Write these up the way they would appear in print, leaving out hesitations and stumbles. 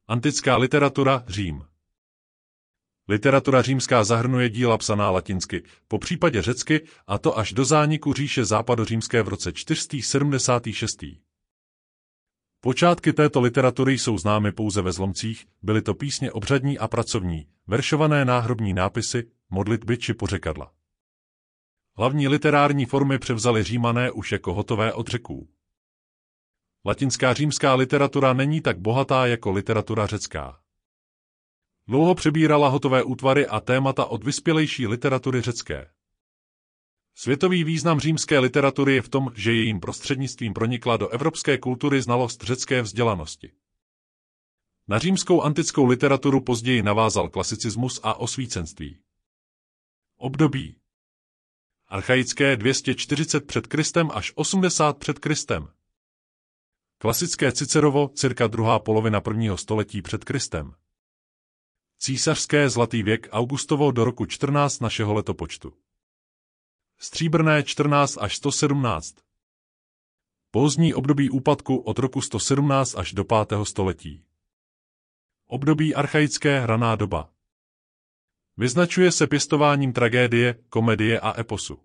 Antická literatura, Řím. Literatura římská zahrnuje díla psaná latinsky, popřípadě řecky, a to až do zániku říše západořímské v roce 476. Počátky této literatury jsou známy pouze ve zlomcích, byly to písně obřadní a pracovní, veršované náhrobní nápisy, modlitby či pořekadla. Hlavní literární formy převzaly Římané už jako hotové od Řeků. Latinská římská literatura není tak bohatá jako literatura řecká. Dlouho přebírala hotové útvary a témata od vyspělejší literatury řecké. Světový význam římské literatury je v tom, že jejím prostřednictvím pronikla do evropské kultury znalost řecké vzdělanosti. Na římskou antickou literaturu později navázal klasicismus a osvícenství. Období archaické 240 před Kristem až 80 před Kristem. Klasické Cicerovo, cirka druhá polovina 1. století před Kristem. Císařské zlatý věk Augustovo do roku 14 našeho letopočtu. Stříbrné 14 až 117. Pozdní období úpadku od roku 117 až do 5. století. Období archaické raná doba. Vyznačuje se pěstováním tragédie, komedie a eposu.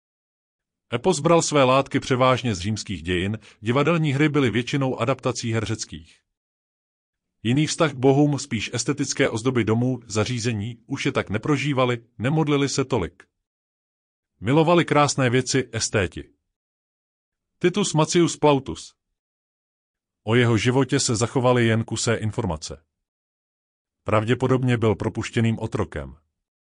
Epos bral své látky převážně z římských dějin, divadelní hry byly většinou adaptací her řeckých. Jiný vztah k bohům, spíš estetické ozdoby domů, zařízení, už je tak neprožívali, nemodlili se tolik. Milovali krásné věci, estéti. Titus Macius Plautus. O jeho životě se zachovaly jen kusé informace. Pravděpodobně byl propuštěným otrokem.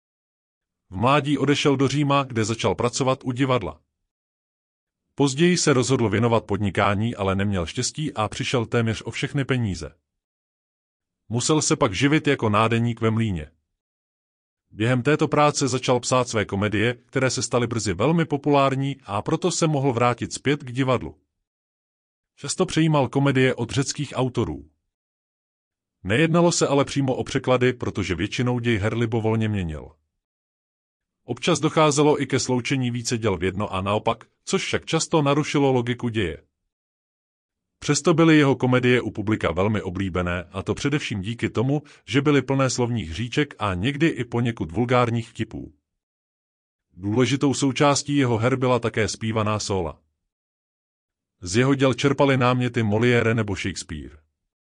V mládí odešel do Říma, kde začal pracovat u divadla. Později se rozhodl věnovat podnikání, ale neměl štěstí a přišel téměř o všechny peníze. Musel se pak živit jako nádeník ve mlýně. Během této práce začal psát své komedie, které se staly brzy velmi populární a proto se mohl vrátit zpět k divadlu. Často přejímal komedie od řeckých autorů. Nejednalo se ale přímo o překlady, protože většinou děj her libovolně měnil. Občas docházelo i ke sloučení více děl v jedno a naopak, což však často narušilo logiku děje. Přesto byly jeho komedie u publika velmi oblíbené, a to především díky tomu, že byly plné slovních hříček a někdy i poněkud vulgárních vtipů. Důležitou součástí jeho her byla také zpívaná sóla. Z jeho děl čerpali náměty Molière nebo Shakespeare.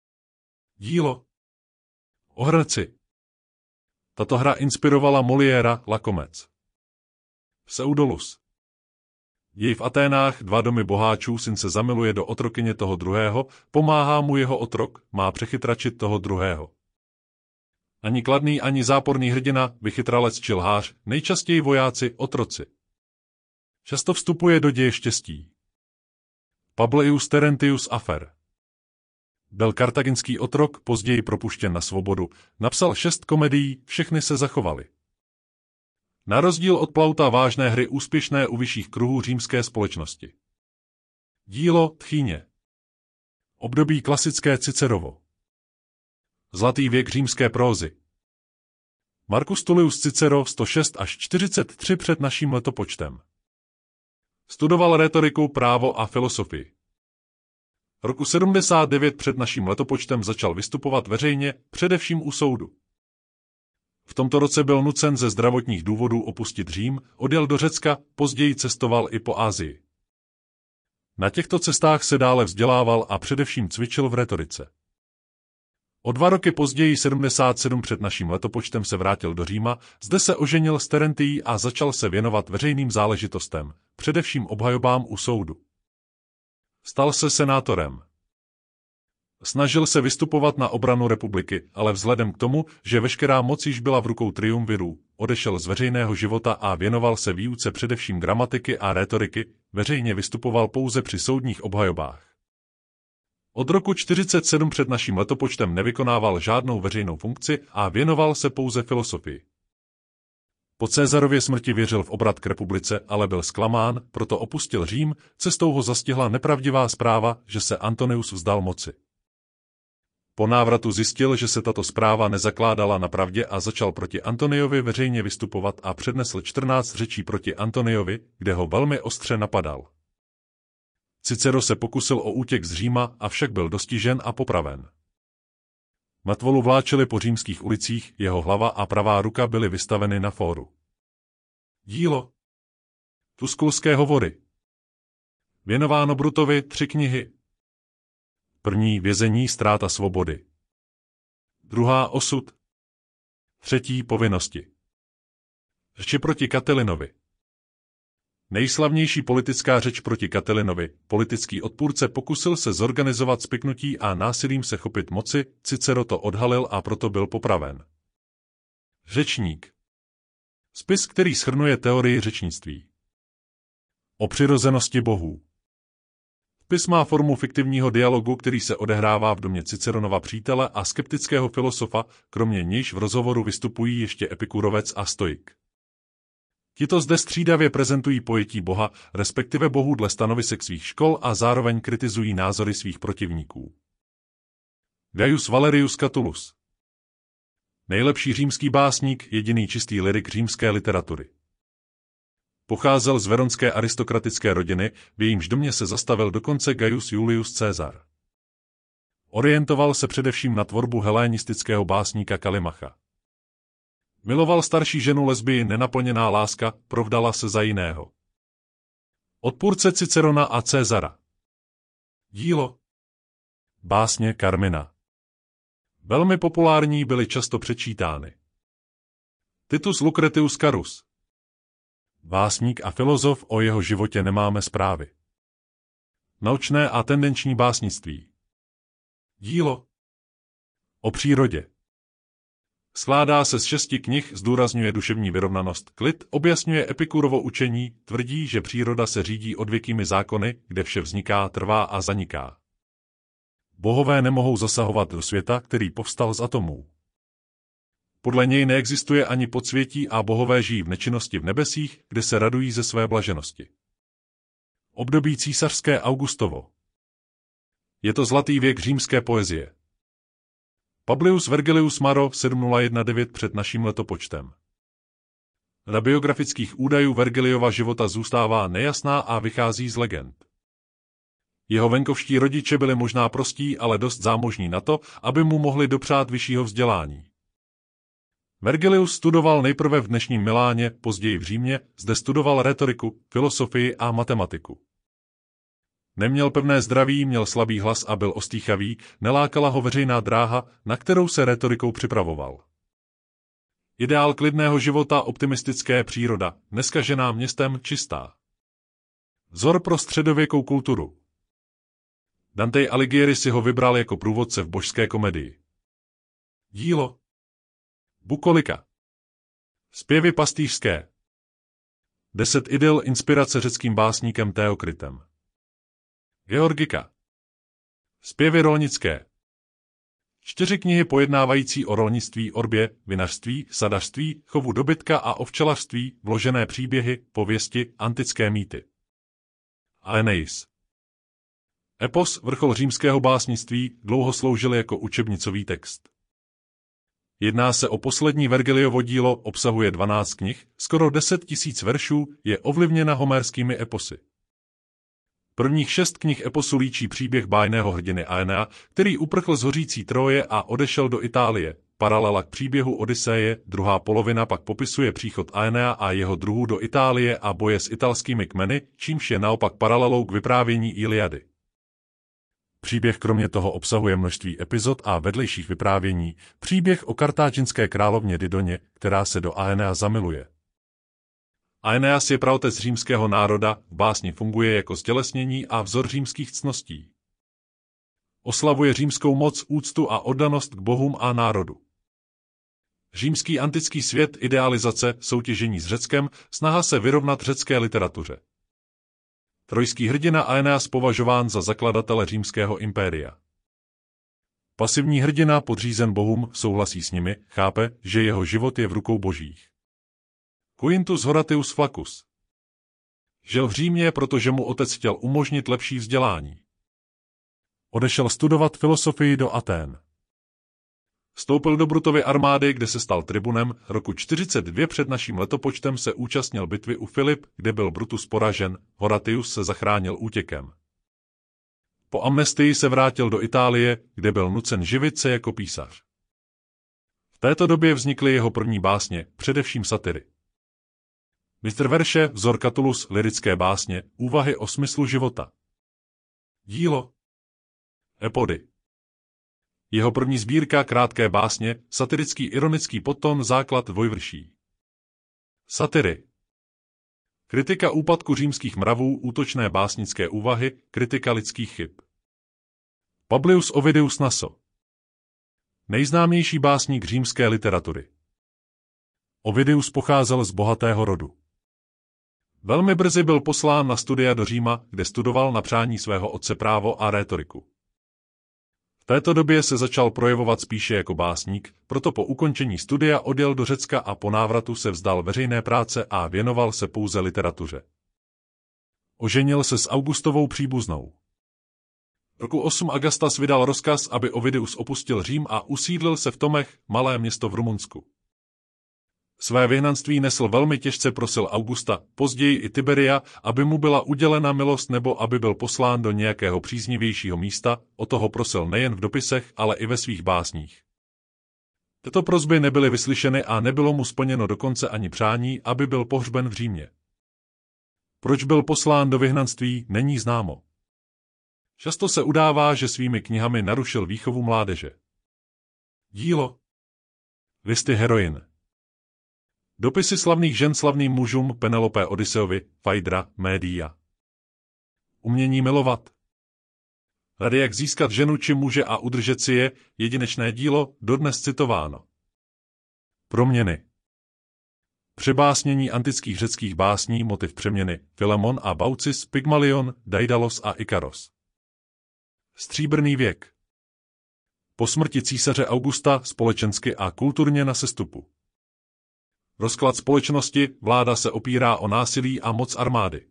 Dílo o Hradci. Tato hra inspirovala Moliéra Lakomec. Pseudolus. Jej v Aténách 2 domy boháčů, syn se zamiluje do otrokyně toho druhého, pomáhá mu jeho otrok, má přechytračit toho druhého. Ani kladný, ani záporný hrdina, vychytralec či lhář, nejčastěji vojáci, otroci. Často vstupuje do děje štěstí. Publius Terentius Afer. Byl kartaginský otrok, později propuštěn na svobodu, napsal 6 komedií, všechny se zachovaly. Na rozdíl od Plauta vážné hry úspěšné u vyšších kruhů římské společnosti. Dílo Tchýně. Období klasické Cicerovo. Zlatý věk římské prózy. Marcus Tullius Cicero 106 až 43 před naším letopočtem. Studoval rétoriku, právo a filosofii. Roku 79 před naším letopočtem začal vystupovat veřejně, především u soudu. V tomto roce byl nucen ze zdravotních důvodů opustit Řím, odjel do Řecka, později cestoval i po Asii. Na těchto cestách se dále vzdělával a především cvičil v rétorice. O 2 roky později 77 před naším letopočtem se vrátil do Říma, zde se oženil s Terentií a začal se věnovat veřejným záležitostem, především obhajobám u soudu. Stal se senátorem. Snažil se vystupovat na obranu republiky, ale vzhledem k tomu, že veškerá moc již byla v rukou triumvirů, odešel z veřejného života a věnoval se výuce především gramatiky a rétoriky, veřejně vystupoval pouze při soudních obhajobách. Od roku 47 před naším letopočtem nevykonával žádnou veřejnou funkci a věnoval se pouze filosofii. Po Caesarově smrti věřil v obrat k republice, ale byl zklamán, proto opustil Řím, cestou ho zastihla nepravdivá zpráva, že se Antonius vzdal moci. Po návratu zjistil, že se tato zpráva nezakládala na pravdě a začal proti Antoniovi veřejně vystupovat a přednesl 14 řečí proti Antoniovi, kde ho velmi ostře napadal. Cicero se pokusil o útěk z Říma, avšak byl dostižen a popraven. Mrtvolu vláčeli po římských ulicích, jeho hlava a pravá ruka byly vystaveny na fóru. Dílo Tuskulské hovory. Věnováno Brutovi 3 knihy. První Vězení, ztráta svobody. Druhá Osud. Třetí Povinnosti. Řeči proti Katilinovi. Nejslavnější politická řeč proti Katilinovi, politický odpůrce pokusil se zorganizovat spiknutí a násilím se chopit moci, Cicero to odhalil a proto byl popraven. Řečník. Spis, který shrnuje teorii řečnictví. O přirozenosti bohů. Spis má formu fiktivního dialogu, který se odehrává v domě Ciceronova přítele a skeptického filosofa, kromě nějž v rozhovoru vystupují ještě Epikurovec a Stoik. Tito zde střídavě prezentují pojetí boha, respektive bohů dle stanovisek svých škol a zároveň kritizují názory svých protivníků. Gaius Valerius Catullus. Nejlepší římský básník, jediný čistý lyrik římské literatury. Pocházel z veronské aristokratické rodiny, v jejímž domě se zastavil dokonce Gaius Julius Caesar. Orientoval se především na tvorbu helénistického básníka Kalimacha. Miloval starší ženu lesbii nenaplněná láska, provdala se za jiného. Odpůrce Cicerona a Cezara. Dílo Básně Carmina. Velmi populární, byly často přečítány. Titus Lucretius Carus. Básník a filozof, o jeho životě nemáme zprávy. Naučné a tendenční básnictví. Dílo o přírodě. Skládá se z 6 knih, zdůrazňuje duševní vyrovnanost, klid, objasňuje Epikurovo učení, tvrdí, že příroda se řídí odvěkými zákony, kde vše vzniká, trvá a zaniká. Bohové nemohou zasahovat do světa, který povstal z atomů. Podle něj neexistuje ani podsvětí a bohové žijí v nečinnosti v nebesích, kde se radují ze své blaženosti. Období císařské Augustovo. Je to zlatý věk římské poezie. Publius Vergilius Maro 7019 před naším letopočtem. Na biografických údajů Vergiliova života zůstává nejasná a vychází z legend. Jeho venkovští rodiče byli možná prostí, ale dost zámožní na to, aby mu mohli dopřát vyššího vzdělání. Vergilius studoval nejprve v dnešním Miláně, později v Římě, zde studoval retoriku, filosofii a matematiku. Neměl pevné zdraví, měl slabý hlas a byl ostýchavý, nelákala ho veřejná dráha, na kterou se retorikou připravoval. Ideál klidného života, optimistické příroda, neskažená městem, čistá. Vzor pro středověkou kulturu. Dante Alighieri si ho vybral jako průvodce v božské komedii. Dílo Bukolika. Zpěvy pastýřské. 10 idyl, inspirace řeckým básníkem Theokritem. Georgika. Zpěvy rolnické. 4 knihy pojednávající o rolnictví, orbě, vinařství, sadařství, chovu dobytka a o včelařství, vložené příběhy, pověsti, antické mýty. Aeneis. Epos, vrchol římského básnictví, dlouho sloužil jako učebnicový text. Jedná se o poslední Vergiliovo dílo, obsahuje 12 knih, skoro 10 000 veršů, je ovlivněna homérskými eposy. Prvních 6 knih eposu líčí příběh bájného hrdiny Aenea, který uprchl z hořící Troje a odešel do Itálie. Paralela k příběhu Odyseje, druhá polovina pak popisuje příchod Aenea a jeho druhů do Itálie a boje s italskými kmeny, čímž je naopak paralelou k vyprávění Iliady. Příběh kromě toho obsahuje množství epizod a vedlejších vyprávění, příběh o kartážinské královně Didoně, která se do Aenea zamiluje. Aeneas je praotec římského národa, v básni funguje jako stělesnění a vzor římských ctností. Oslavuje římskou moc, úctu a oddanost k bohům a národu. Římský antický svět, idealizace, soutěžení s Řeckem, snaha se vyrovnat řecké literatuře. Trojský hrdina Aeneas považován za zakladatele římského impéria. Pasivní hrdina, podřízen bohům, souhlasí s nimi, chápe, že jeho život je v rukou božích. Quintus Horatius Flaccus. Žil v Římě, protože mu otec chtěl umožnit lepší vzdělání. Odešel studovat filosofii do Atén. Vstoupil do Brutovy armády, kde se stal tribunem, roku 42 před naším letopočtem se účastnil bitvy u Filip, kde byl Brutus poražen, Horatius se zachránil útěkem. Po amnestii se vrátil do Itálie, kde byl nucen živit se jako písař. této době vznikly jeho první básně, především satyry. Mistr verše, vzor Catullus, lyrické básně, úvahy o smyslu života. Dílo Epody. Jeho první sbírka krátké básně, satyrický ironický podton, základ dvojvrší. Satyry. Kritika úpadku římských mravů, útočné básnické úvahy, kritika lidských chyb. Publius Ovidius Naso. Nejznámější básník římské literatury. Ovidius pocházel z bohatého rodu. Velmi brzy byl poslán na studia do Říma, kde studoval na přání svého otce právo a rétoriku. V této době se začal projevovat spíše jako básník, proto po ukončení studia odjel do Řecka a po návratu se vzdal veřejné práce a věnoval se pouze literatuře. Oženil se s Augustovou příbuznou. Roku 8 Agastas vydal rozkaz, aby Ovidius opustil Řím a usídlil se v Tomech, malé město v Rumunsku. Své vyhnanství nesl velmi těžce, prosil Augusta, později i Tiberia, aby mu byla udělena milost nebo aby byl poslán do nějakého příznivějšího místa, o toho prosil nejen v dopisech, ale i ve svých básních. Tyto prosby nebyly vyslyšeny a nebylo mu splněno dokonce ani přání, aby byl pohřben v Římě. Proč byl poslán do vyhnanství, není známo. Často se udává, že svými knihami narušil výchovu mládeže. Dílo Listy heroin. Dopisy slavných žen slavným mužům, Penelope Odysseovi, Phaedra, Média. Umění milovat. Rady, jak získat ženu či muže a udržet si je, jedinečné dílo, dodnes citováno. Proměny. Přebásnění antických řeckých básní, motiv přeměny, Filemon a Baucis, Pygmalion, Daidalos a Ikaros. Stříbrný věk. Po smrti císaře Augusta společensky a kulturně na sestupu. Rozklad společnosti, vláda se opírá o násilí a moc armády.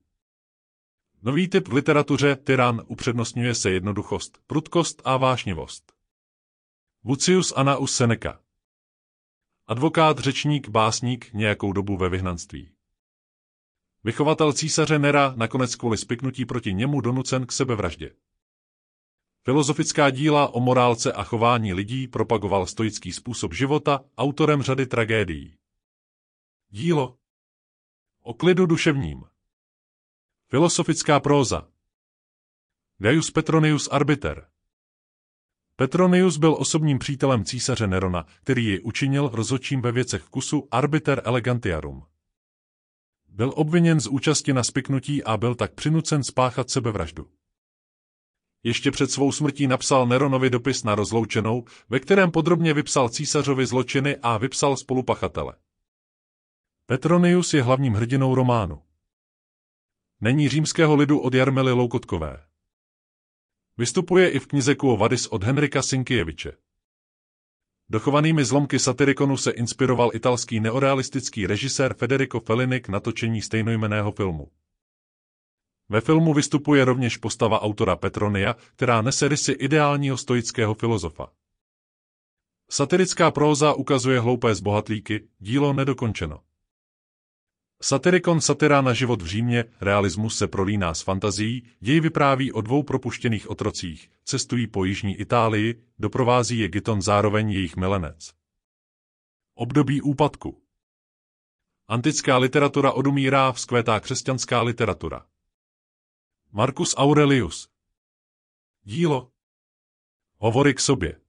Nový typ v literatuře, tyran, upřednostňuje se jednoduchost, prudkost a vášnivost. Lucius Annaeus Seneca. Advokát, řečník, básník, nějakou dobu ve vyhnanství. Vychovatel císaře Nera, nakonec kvůli spiknutí proti němu donucen k sebevraždě. Filozofická díla o morálce a chování lidí, propagoval stoický způsob života, autorem řady tragédií. Dílo o klidu duševním. Filosofická próza. Gaius Petronius Arbiter. Petronius byl osobním přítelem císaře Nerona, který ji učinil rozhodčím ve věcech vkusu Arbiter Elegantiarum. Byl obviněn z účasti na spiknutí a byl tak přinucen spáchat sebevraždu. Ještě před svou smrtí napsal Neronovi dopis na rozloučenou, ve kterém podrobně vypsal císařovi zločiny a vypsal spolupachatele. Petronius je hlavním hrdinou románu. Není římského lidu od Jarmily Loukotkové. Vystupuje i v knize Quo Vadis od Henrika Sinkieviče. Dochovanými zlomky Satyriconu se inspiroval italský neorealistický režisér Federico Fellini k natočení stejnojmenného filmu. Ve filmu vystupuje rovněž postava autora Petronia, která nese rysy ideálního stoického filozofa. Satyrická próza ukazuje hloupé zbohatlíky, dílo nedokončeno. Satyrikon, satyra na život v Římě, realismus se prolíná s fantazií, děj vypráví o dvou propuštěných otrocích, cestují po jižní Itálii, doprovází je Giton, zároveň jejich milenec. Období úpadku. Antická literatura odumírá, vzkvétá křesťanská literatura. Marcus Aurelius. Dílo Hovory k sobě.